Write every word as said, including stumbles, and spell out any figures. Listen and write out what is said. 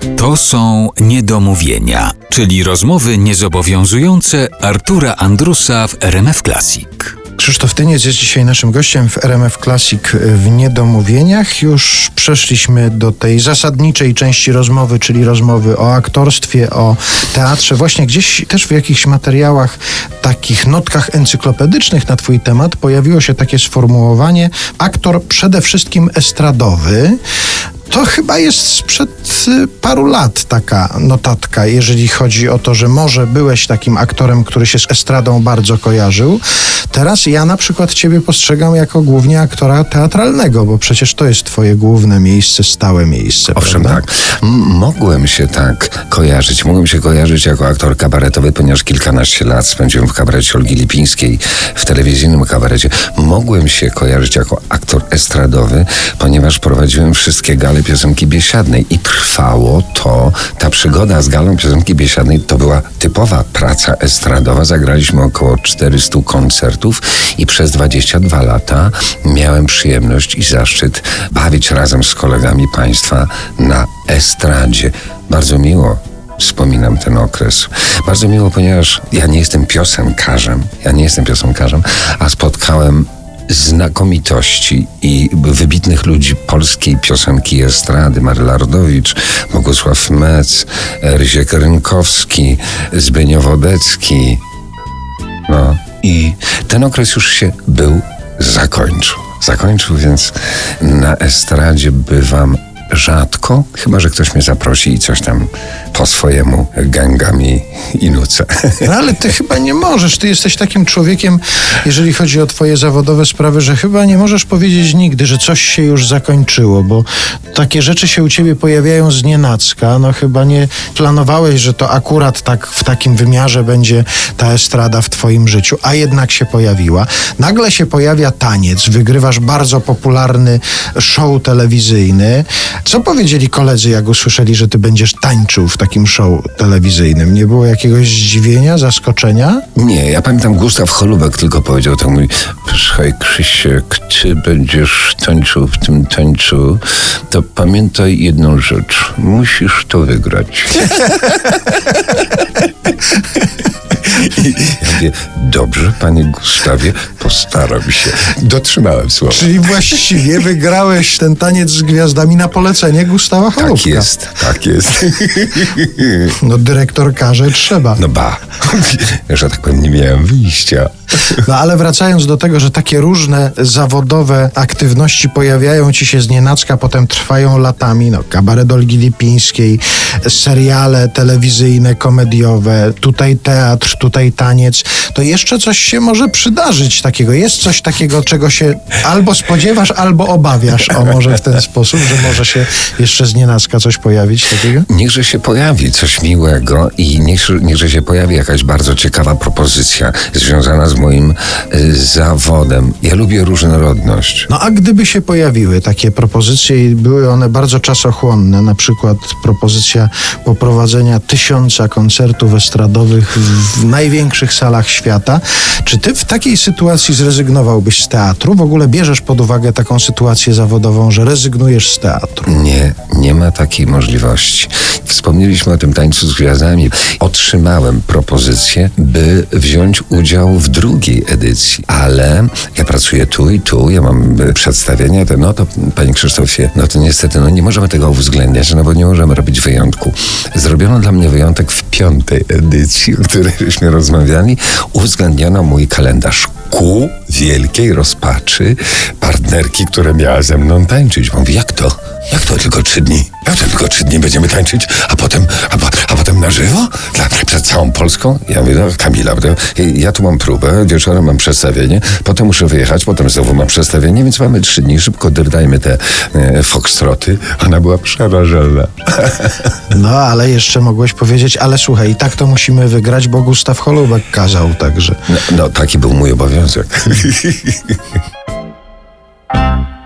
To są niedomówienia, czyli rozmowy niezobowiązujące Artura Andrusa w R M F Classic. Krzysztof Tyniec jest dzisiaj naszym gościem w R M F Classic w Niedomówieniach. Już przeszliśmy do tej zasadniczej części rozmowy, czyli rozmowy o aktorstwie, o teatrze. Właśnie gdzieś też w jakichś materiałach, takich notkach encyklopedycznych na twój temat pojawiło się takie sformułowanie: aktor przede wszystkim estradowy. To chyba jest sprzed paru lat taka notatka, jeżeli chodzi o to, że może byłeś takim aktorem, który się z estradą bardzo kojarzył. Teraz ja na przykład ciebie postrzegam jako głównie aktora teatralnego, bo przecież to jest twoje główne miejsce, stałe miejsce. Owszem, prawda? tak. M- mogłem się tak kojarzyć. Mogłem się kojarzyć jako aktor kabaretowy, ponieważ kilkanaście lat spędziłem w kabarecie Olgi Lipińskiej, w telewizyjnym kabarecie. Mogłem się kojarzyć jako aktor estradowy, ponieważ prowadziłem wszystkie gale piosenki biesiadnej i trwało to, ta przygoda z galą piosenki biesiadnej to była typowa praca estradowa. Zagraliśmy około czterystu koncertów i przez dwadzieścia dwa lata miałem przyjemność i zaszczyt bawić razem z kolegami państwa na estradzie. Bardzo miło wspominam ten okres. Bardzo miło, ponieważ ja nie jestem piosenkarzem, ja nie jestem piosenkarzem, a spotkałem znakomitości i wybitnych ludzi polskiej piosenki i estrady. Maryla Rodowicz, Bogusław Mec, Rysiek Rynkowski, Zbyniew Wodecki. No i ten okres już się był zakończył. Zakończył, więc na estradzie bywam rzadko, chyba że ktoś mnie zaprosi i coś tam po swojemu gęgami i nucę. No ale ty chyba nie możesz. Ty jesteś takim człowiekiem, jeżeli chodzi o twoje zawodowe sprawy, że chyba nie możesz powiedzieć nigdy, że coś się już zakończyło, bo takie rzeczy się u ciebie pojawiają znienacka. No chyba nie planowałeś, że to akurat tak w takim wymiarze będzie ta estrada w twoim życiu, a jednak się pojawiła. Nagle się pojawia taniec, wygrywasz bardzo popularny show telewizyjny. Co powiedzieli koledzy, jak usłyszeli, że ty będziesz tańczył w takim show telewizyjnym? Nie było jakiegoś zdziwienia, zaskoczenia? Nie, ja pamiętam, Gustaw Holubek tylko powiedział tak, mówi: słuchaj, Krzysiek, ty będziesz tańczył w tym tańcu, to pamiętaj jedną rzecz, musisz to wygrać. I ja mówię: dobrze, panie Gustawie, postaram się. Dotrzymałem słowa. Czyli właściwie wygrałeś ten taniec z gwiazdami na polecenie Gustawa Holubka. Tak jest, tak jest. No dyrektor każe, trzeba. No ba, że tak powiem, nie miałem wyjścia. No ale wracając do tego, że takie różne zawodowe aktywności pojawiają ci się znienacka, potem trwają latami, no kabaret Olgi Lipińskiej, seriale telewizyjne, komediowe, tutaj teatr, tutaj taniec, to jeszcze coś się może przydarzyć takiego. Jest coś takiego, czego się albo spodziewasz, albo obawiasz, o może w ten sposób, że może się jeszcze znienacka coś pojawić takiego? Niechże się pojawi coś miłego i niech, niechże się pojawi jakaś bardzo ciekawa propozycja związana z moim y, zawodem. Ja lubię różnorodność. No a gdyby się pojawiły takie propozycje i były one bardzo czasochłonne, na przykład propozycja poprowadzenia tysiąca koncertów estradowych w największych salach świata, czy ty w takiej sytuacji zrezygnowałbyś z teatru? W ogóle bierzesz pod uwagę taką sytuację zawodową, że rezygnujesz z teatru? Nie, nie ma takiej możliwości. Wspomnieliśmy o tym tańcu z gwiazdami. Otrzymałem propozycję, by wziąć udział w drugiej edycji, ale ja pracuję tu i tu, ja mam przedstawienia, to, no to panie Krzysztofie, no to niestety no nie możemy tego uwzględniać, no bo nie możemy robić wyjątku. Zrobiono dla mnie wyjątek w piątej edycji, o której żeśmy rozmawiali. Uwzględniono mój kalendarz ku wielkiej rozpaczy partnerki, która miała ze mną tańczyć. Mówi: jak to? Jak to tylko trzy dni? Jak to tylko trzy dni będziemy tańczyć, a potem, a, a potem na żywo? Dla, przed całą Polską? Ja mówię: no Kamila, to, ja tu mam próbę, wieczorem mam przedstawienie, potem muszę wyjechać, potem znowu mam przedstawienie, więc mamy trzy dni, szybko drdajmy te e, foxtroty. Ona była przerażona. No, ale jeszcze mogłeś powiedzieć: ale słuchaj, i tak to musimy wygrać, bo Gustaw Holubek kazał, także... No, no taki był mój obowiązek.